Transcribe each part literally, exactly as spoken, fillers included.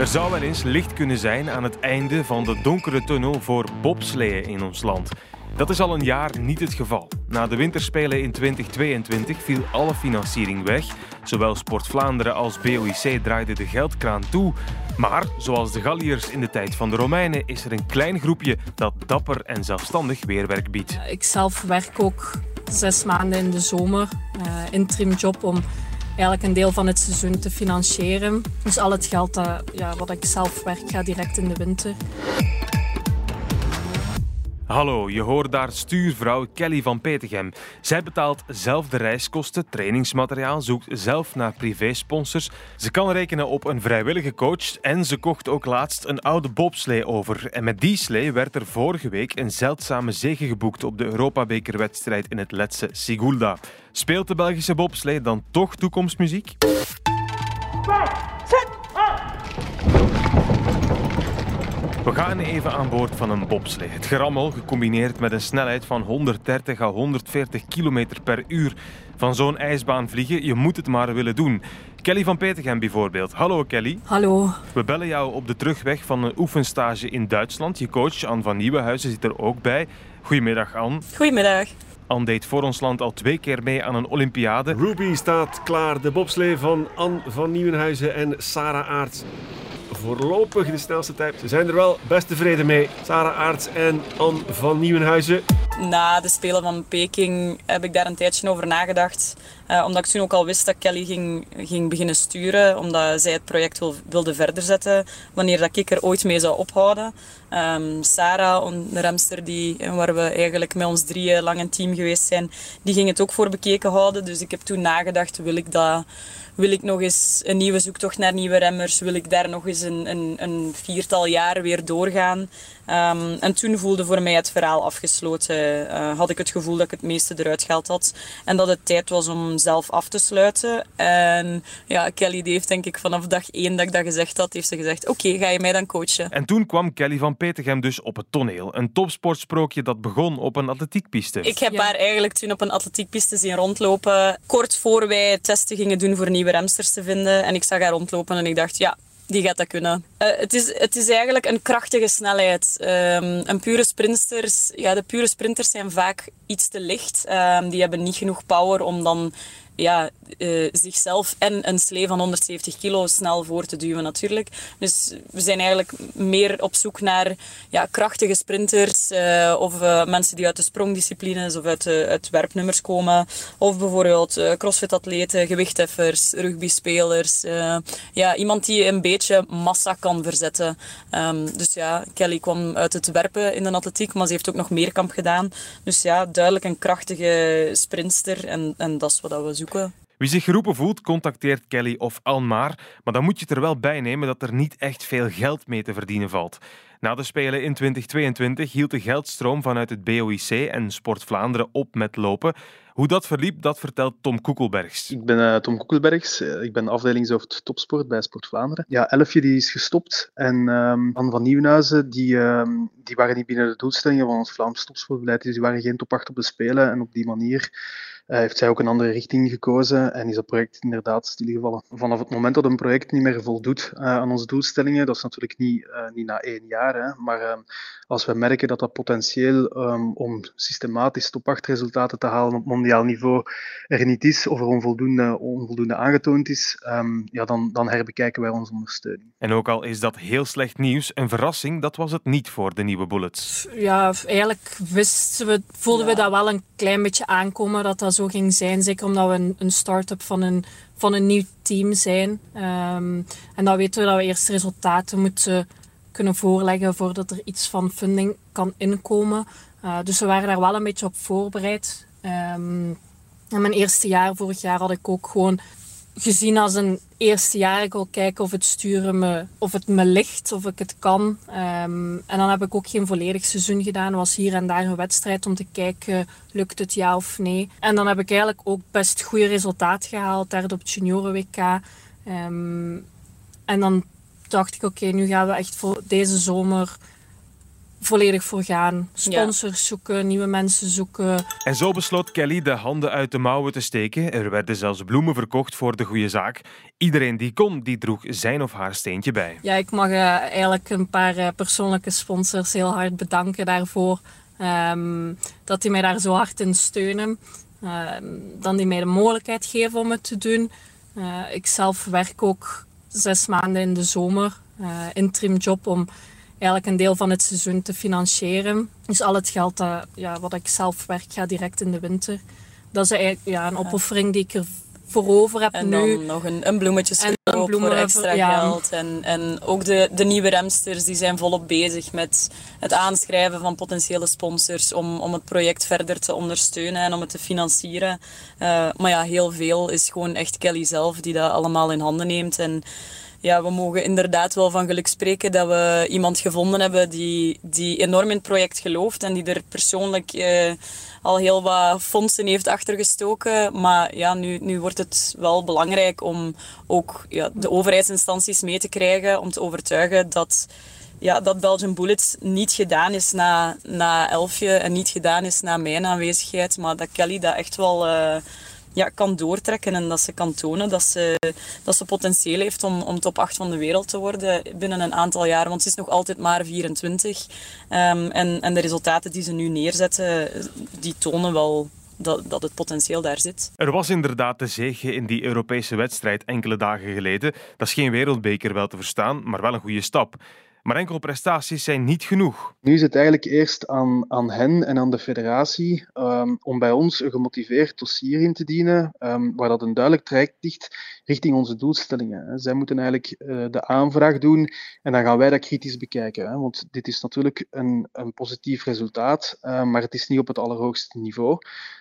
Er zou wel eens licht kunnen zijn aan het einde van de donkere tunnel voor bobsleeën in ons land. Dat is al een jaar niet het geval. Na de winterspelen in twintig tweeëntwintig viel alle financiering weg. Zowel Sport Vlaanderen als B O I C draaiden de geldkraan toe. Maar, zoals de Galliërs in de tijd van de Romeinen, is er een klein groepje dat dapper en zelfstandig weerwerk biedt. Ik zelf werk ook zes maanden in de zomer, uh, interim job om eigenlijk een deel van het seizoen te financieren. Dus al het geld dat, ja, wat ik zelf werk gaat direct in de winter. Hallo, je hoort daar stuurvrouw Kelly van Petegem. Zij betaalt zelf de reiskosten, trainingsmateriaal, zoekt zelf naar privésponsors. Ze kan rekenen op een vrijwillige coach en ze kocht ook laatst een oude bobslee over. En met die slee werd er vorige week een zeldzame zege geboekt op de Europabekerwedstrijd in het Letse Sigulda. Speelt de Belgische bobslee dan toch toekomstmuziek? We gaan even aan boord van een bobslee. Het gerammel, gecombineerd met een snelheid van honderddertig à honderdveertig kilometer per uur. Van zo'n ijsbaan vliegen, je moet het maar willen doen. Kelly van Petegem bijvoorbeeld. Hallo Kelly. Hallo. We bellen jou op de terugweg van een oefenstage in Duitsland. Je coach Anne van Nieuwenhuizen zit er ook bij. Goedemiddag Anne. Goedemiddag. Anne deed voor ons land al twee keer mee aan een Olympiade. Ruby staat klaar, de bobslee van Anne van Nieuwenhuizen en Sarah Aerts. Voorlopig de snelste tijd. Ze zijn er wel best tevreden mee. Sarah Aerts en Anne van Nieuwenhuizen. Na de Spelen van Peking heb ik daar een tijdje over nagedacht. Uh, omdat ik toen ook al wist dat Kelly ging, ging beginnen sturen. Omdat zij het project wil, wilde verder zetten. Wanneer dat ik er ooit mee zou ophouden. Um, Sarah, de remster die, waar we eigenlijk met ons drieën lang een team geweest zijn. Die ging het ook voor bekeken houden. Dus ik heb toen nagedacht, wil ik dat... Wil ik nog eens een nieuwe zoektocht naar nieuwe remmers? Wil ik daar nog eens een, een, een viertal jaar weer doorgaan? Um, en toen voelde voor mij het verhaal afgesloten. Uh, had ik het gevoel dat ik het meeste eruit gehaald had. En dat het tijd was om zelf af te sluiten. En ja, Kelly die heeft denk ik vanaf dag één dat ik dat gezegd had, heeft ze gezegd, oké, okay, ga je mij dan coachen? En toen kwam Kelly van Petegem dus op het toneel. Een topsportsprookje dat begon op een atletiekpiste. Ik heb Ja. haar eigenlijk toen op een atletiekpiste zien rondlopen. Kort voor wij testen gingen doen voor nieuwe remsters te vinden. En ik zag haar rondlopen en ik dacht, ja, die gaat dat kunnen. Uh, het, is, het is eigenlijk een krachtige snelheid. Um, een pure sprinters, ja, de pure sprinters zijn vaak iets te licht. Um, die hebben niet genoeg power om dan ja, uh, zichzelf en een slee van honderdzeventig kilo snel voor te duwen natuurlijk. Dus we zijn eigenlijk meer op zoek naar ja, krachtige sprinters uh, of uh, mensen die uit de sprongdisciplines of uit, uh, uit werpnummers komen. Of bijvoorbeeld uh, crossfit-atleten, gewichtheffers, rugbyspelers. Uh, ja, iemand die een beetje massa kan verzetten. Um, dus ja, Kelly kwam uit het werpen in de atletiek, maar ze heeft ook nog meerkamp gedaan. Dus ja, duidelijk een krachtige sprintster en, en dat is wat we zoeken. Wie zich geroepen voelt, contacteert Kelly of Anne maar. Maar dan moet je er wel bij nemen dat er niet echt veel geld mee te verdienen valt. Na de Spelen in twintig tweeëntwintig hield de geldstroom vanuit het B O I C en Sport Vlaanderen op met lopen. Hoe dat verliep, dat vertelt Tom Koekelbergs. Ik ben uh, Tom Koekelbergs. Uh, ik ben afdelingshoofd topsport bij Sport Vlaanderen. Ja, Elfje die is gestopt en um, Anne van Nieuwenhuizen die, um, die waren niet binnen de doelstellingen van ons Vlaams topsportbeleid. Dus die waren geen top acht op de Spelen en op die manier uh, heeft zij ook een andere richting gekozen en is dat project inderdaad stilgevallen. Vanaf het moment dat een project niet meer voldoet uh, aan onze doelstellingen, dat is natuurlijk niet, uh, niet na één jaar, hè, maar uh, als we merken dat dat potentieel um, om systematisch top acht resultaten te halen op mondiaal niveau er niet is of er onvoldoende, onvoldoende aangetoond is, um, ja, dan, dan herbekijken wij onze ondersteuning. En ook al is dat heel slecht nieuws, een verrassing, dat was het niet voor de nieuwe Bullets. Ja, eigenlijk wisten we, voelden we dat wel een klein beetje aankomen dat dat zo ging zijn. Zeker omdat we een, een start-up van een, van een nieuw team zijn. Um, en dan weten we dat we eerst resultaten moeten kunnen voorleggen voordat er iets van funding kan inkomen. Uh, dus we waren daar wel een beetje op voorbereid. Um, in mijn eerste jaar, vorig jaar, had ik ook gewoon gezien als een eerste jaar. Ik wil kijken of het sturen me, of het me ligt, of ik het kan. Um, en dan heb ik ook geen volledig seizoen gedaan. Er was hier en daar een wedstrijd om te kijken, lukt het ja of nee. En dan heb ik eigenlijk ook best goede resultaten gehaald, derde op het junioren-W K. Um, en dan dacht ik, oké, okay, nu gaan we echt voor deze zomer volledig voor gaan. Sponsors ja. zoeken, nieuwe mensen zoeken. En zo besloot Kelly de handen uit de mouwen te steken. Er werden zelfs bloemen verkocht voor de goede zaak. Iedereen die kon, die droeg zijn of haar steentje bij. Ja, ik mag uh, eigenlijk een paar uh, persoonlijke sponsors heel hard bedanken daarvoor. Um, dat die mij daar zo hard in steunen. Uh, dan die mij de mogelijkheid geven om het te doen. Uh, ik zelf werk ook zes maanden in de zomer. Uh, interim job om eigenlijk een deel van het seizoen te financieren. Dus al het geld dat, ja, wat ik zelf werk gaat direct in de winter. Dat is eigenlijk ja, een opoffering die ik er voor over heb en nu. En dan nog een, een bloemetjesverkoop voor extra ja. geld. En, en ook de, de nieuwe remsters die zijn volop bezig met het aanschrijven van potentiële sponsors om, om het project verder te ondersteunen en om het te financieren. Uh, maar ja, heel veel is gewoon echt Kelly zelf die dat allemaal in handen neemt. En ja, we mogen inderdaad wel van geluk spreken dat we iemand gevonden hebben die, die enorm in het project gelooft en die er persoonlijk uh, al heel wat fondsen heeft achtergestoken. Maar ja, nu, nu wordt het wel belangrijk om ook ja, de overheidsinstanties mee te krijgen, om te overtuigen dat, ja, dat Belgian Bullets niet gedaan is na, na Elfje en niet gedaan is na mijn aanwezigheid, maar dat Kelly dat echt wel Uh, Ja, kan doortrekken en dat ze kan tonen dat ze, dat ze potentieel heeft om, om top acht van de wereld te worden binnen een aantal jaar. Want ze is nog altijd maar vierentwintig. Um, en, en de resultaten die ze nu neerzetten, die tonen wel dat, dat het potentieel daar zit. Er was inderdaad de zege in die Europese wedstrijd enkele dagen geleden. Dat is geen wereldbeker wel te verstaan, maar wel een goede stap. Maar enkel prestaties zijn niet genoeg. Nu is het eigenlijk eerst aan, aan hen en aan de federatie um, om bij ons een gemotiveerd dossier in te dienen, um, waar dat een duidelijk traject ligt richting onze doelstellingen. Hè. Zij moeten eigenlijk uh, de aanvraag doen en dan gaan wij dat kritisch bekijken. Hè. Want dit is natuurlijk een, een positief resultaat, uh, maar het is niet op het allerhoogste niveau.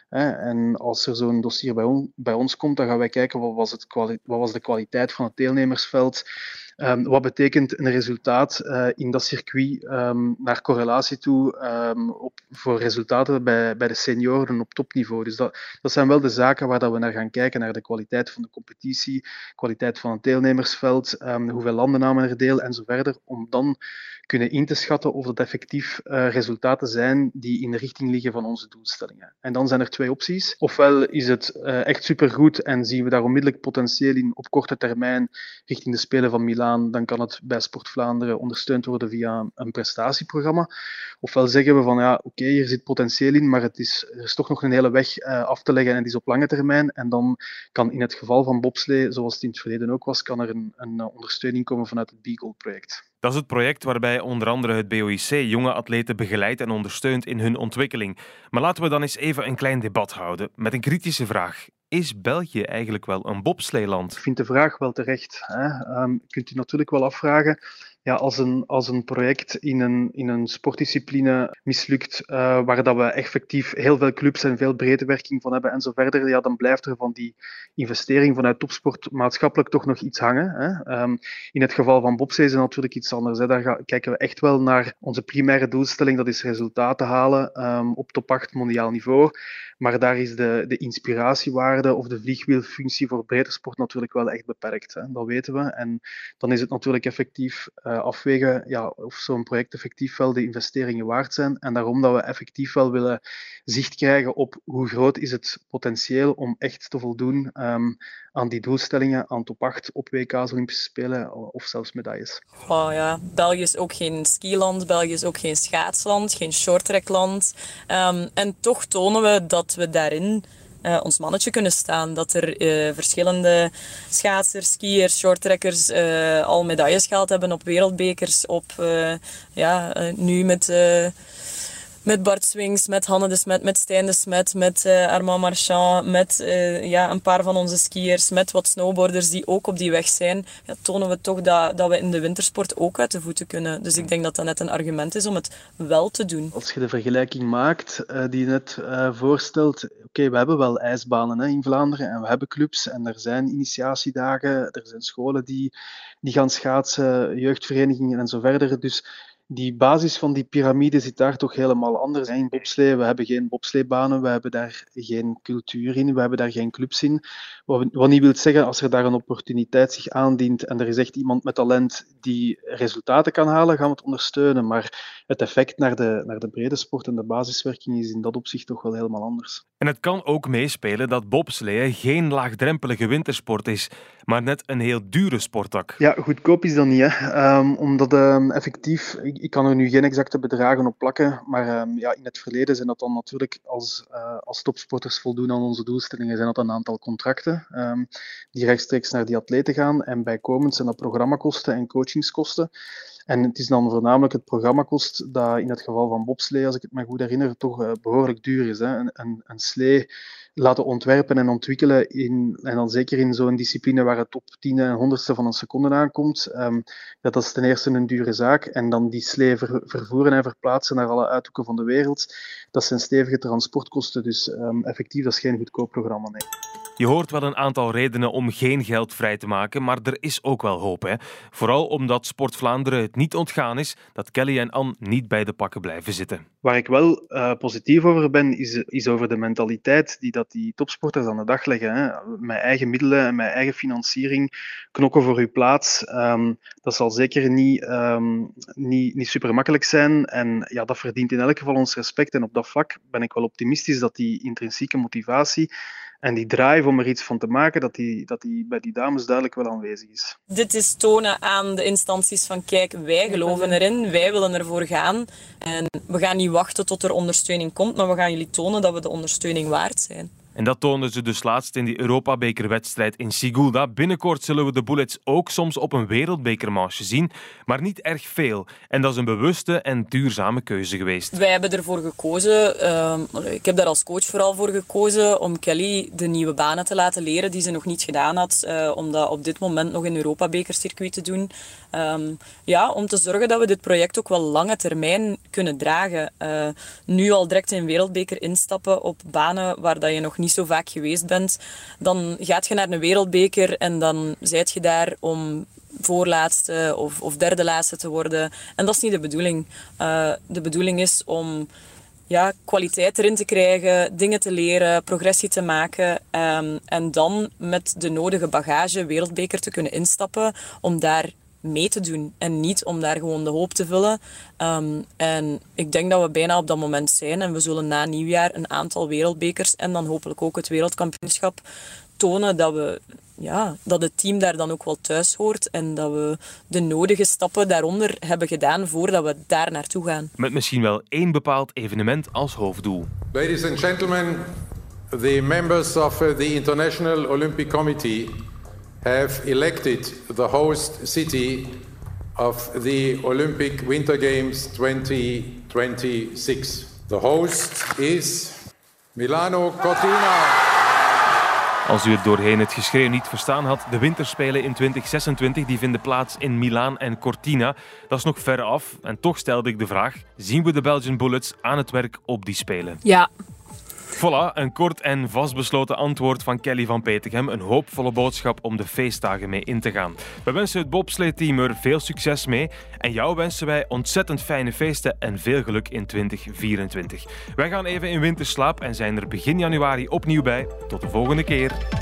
En als er zo'n dossier bij, on, bij ons komt, dan gaan wij kijken wat was, het kwali- wat was de kwaliteit van het deelnemersveld. Um, wat betekent een resultaat uh, in dat circuit um, naar correlatie toe um, op, voor resultaten bij, bij de senioren op topniveau. Dus dat, dat zijn wel de zaken waar dat we naar gaan kijken, naar de kwaliteit van de competitie, kwaliteit van het deelnemersveld, um, hoeveel landen namen er deel en zo verder, om dan kunnen in te schatten of dat effectief uh, resultaten zijn die in de richting liggen van onze doelstellingen. En dan zijn er twee opties. Ofwel is het uh, echt supergoed en zien we daar onmiddellijk potentieel in op korte termijn richting de Spelen van Milaan, dan kan het bij Sport Vlaanderen ondersteund worden via een prestatieprogramma. Ofwel zeggen we van ja, oké, okay, hier zit potentieel in, maar het is, er is toch nog een hele weg uh, af te leggen en het is op lange termijn. En dan kan in het geval van bobslee, zoals het in het verleden ook was, kan er een, een ondersteuning komen vanuit het Beagle-project. Dat is het project waarbij onder andere het B O I C jonge atleten begeleidt en ondersteunt in hun ontwikkeling. Maar laten we dan eens even een klein debat houden met een kritische vraag. Is België eigenlijk wel een bobsleeland? Ik vind de vraag wel terecht. Hè. Um, je kunt je natuurlijk wel afvragen, ja, als, een, als een project in een, in een sportdiscipline mislukt, uh, waar dat we effectief heel veel clubs en veel breedte werking van hebben en zo verder, ja, dan blijft er van die investering vanuit topsport maatschappelijk toch nog iets hangen. Hè. Um, in het geval van bobslee is het natuurlijk iets anders. Hè. Daar ga, kijken we echt wel naar onze primaire doelstelling, dat is resultaten halen um, op top acht mondiaal niveau. Maar daar is de, de inspiratiewaarde of de vliegwielfunctie voor breedte sport natuurlijk wel echt beperkt. Hè. Dat weten we. En dan is het natuurlijk effectief uh, afwegen ja, of zo'n project effectief wel de investeringen waard zijn. En daarom dat we effectief wel willen zicht krijgen op hoe groot is het potentieel om echt te voldoen um, aan die doelstellingen, aan top acht op W K's, Olympische Spelen of zelfs medailles. Oh ja, België is ook geen skiland, België is ook geen schaatsland, geen shorttrackland. Um, en toch tonen we dat we daarin uh, ons mannetje kunnen staan. Dat er uh, verschillende schaatsers, skiers, shorttrackers uh, al medailles gehaald hebben op wereldbekers, op uh, ja, uh, nu met... Uh, Met Bart Swings, met Hanne de Smet, met Stijn de Smet, met uh, Armand Marchand, met uh, ja, een paar van onze skiers, met wat snowboarders die ook op die weg zijn, ja, tonen we toch dat, dat we in de wintersport ook uit de voeten kunnen. Dus ik denk dat dat net een argument is om het wel te doen. Als je de vergelijking maakt uh, die je net uh, voorstelt, oké, okay, we hebben wel ijsbanen hè, in Vlaanderen en we hebben clubs en er zijn initiatiedagen, er zijn scholen die, die gaan schaatsen, jeugdverenigingen en zo verder. Dus die basis van die piramide zit daar toch helemaal anders. In bobslee, we hebben geen bobsleebanen, we hebben daar geen cultuur in, we hebben daar geen clubs in. Wat niet wil zeggen, als er daar een opportuniteit zich aandient en er is echt iemand met talent die resultaten kan halen, gaan we het ondersteunen. Maar het effect naar de, naar de brede sport en de basiswerking is in dat opzicht toch wel helemaal anders. En het kan ook meespelen dat bobsleeën geen laagdrempelige wintersport is, maar net een heel dure sporttak. Ja, goedkoop is dat niet, hè. Um, omdat um, effectief, ik, ik kan er nu geen exacte bedragen op plakken, maar um, ja, in het verleden zijn dat dan natuurlijk, als, uh, als topsporters voldoen aan onze doelstellingen, zijn dat een aantal contracten um, die rechtstreeks naar die atleten gaan. En bijkomend zijn dat programmakosten en coachingskosten. En het is dan voornamelijk het programmakost dat in het geval van bobslee, als ik het me goed herinner, toch uh, behoorlijk duur is. Hè. Een, een, een slee laten ontwerpen en ontwikkelen, in, en dan zeker in zo'n discipline waar het op tiende en honderdste van een seconde aankomt, um, ja, dat is ten eerste een dure zaak. En dan die slee ver, vervoeren en verplaatsen naar alle uithoeken van de wereld, dat zijn stevige transportkosten. Dus um, effectief, dat is geen goedkoop programma, nee. Je hoort wel een aantal redenen om geen geld vrij te maken, maar er is ook wel hoop. Hè? Vooral omdat Sport Vlaanderen het niet ontgaan is dat Kelly en Anne niet bij de pakken blijven zitten. Waar ik wel uh, positief over ben, is, is over de mentaliteit die dat die topsporters aan de dag leggen. Hè. Met eigen middelen en met eigen financiering, knokken voor uw plaats. Um, dat zal zeker niet, um, niet, niet super makkelijk zijn. En ja, dat verdient in elk geval ons respect. En op dat vlak ben ik wel optimistisch dat die intrinsieke motivatie en die drive om er iets van te maken, dat die, dat die bij die dames duidelijk wel aanwezig is. Dit is tonen aan de instanties van kijk, wij geloven erin, wij willen ervoor gaan. En we gaan niet wachten tot er ondersteuning komt, maar we gaan jullie tonen dat we de ondersteuning waard zijn. En dat toonden ze dus laatst in die Europabekerwedstrijd in Sigulda. Binnenkort zullen we de Bullets ook soms op een wereldbekermarge zien, maar niet erg veel. En dat is een bewuste en duurzame keuze geweest. Wij hebben ervoor gekozen, uh, ik heb daar als coach vooral voor gekozen, om Kelly de nieuwe banen te laten leren die ze nog niet gedaan had. Uh, om dat op dit moment nog in Europabekercircuit te doen. Um, ja, om te zorgen dat we dit project ook wel lange termijn kunnen dragen. Uh, nu al direct in wereldbeker instappen op banen waar dat je nog niet zo vaak geweest bent, dan gaat je naar een wereldbeker en dan zijt je daar om voorlaatste of, of derde laatste te worden. En dat is niet de bedoeling. Uh, de bedoeling is om ja, kwaliteit erin te krijgen, dingen te leren, progressie te maken um, en dan met de nodige bagage wereldbeker te kunnen instappen om daar mee te doen en niet om daar gewoon de hoop te vullen. Um, en ik denk dat we bijna op dat moment zijn en we zullen na nieuwjaar een aantal wereldbekers en dan hopelijk ook het wereldkampioenschap tonen dat we ja, dat het team daar dan ook wel thuis hoort en dat we de nodige stappen daaronder hebben gedaan voordat we daar naartoe gaan. Met misschien wel één bepaald evenement als hoofddoel. Ladies and gentlemen, the members of the International Olympic Committee have elected the host city of the Olympic Winter Games twenty twenty-six. The host is Milano Cortina. Als u het doorheen het geschreeuw niet verstaan had, de winterspelen in twintig zesentwintig die vinden plaats in Milaan en Cortina. Dat is nog ver af en toch stelde ik de vraag, zien we de Belgian Bullets aan het werk op die spelen? Ja. Voilà, een kort en vastbesloten antwoord van Kelly van Petegem. Een hoopvolle boodschap om de feestdagen mee in te gaan. We wensen het bobsleeteam er veel succes mee. En jou wensen wij ontzettend fijne feesten en veel geluk in twintig vierentwintig. Wij gaan even in winterslaap en zijn er begin januari opnieuw bij. Tot de volgende keer.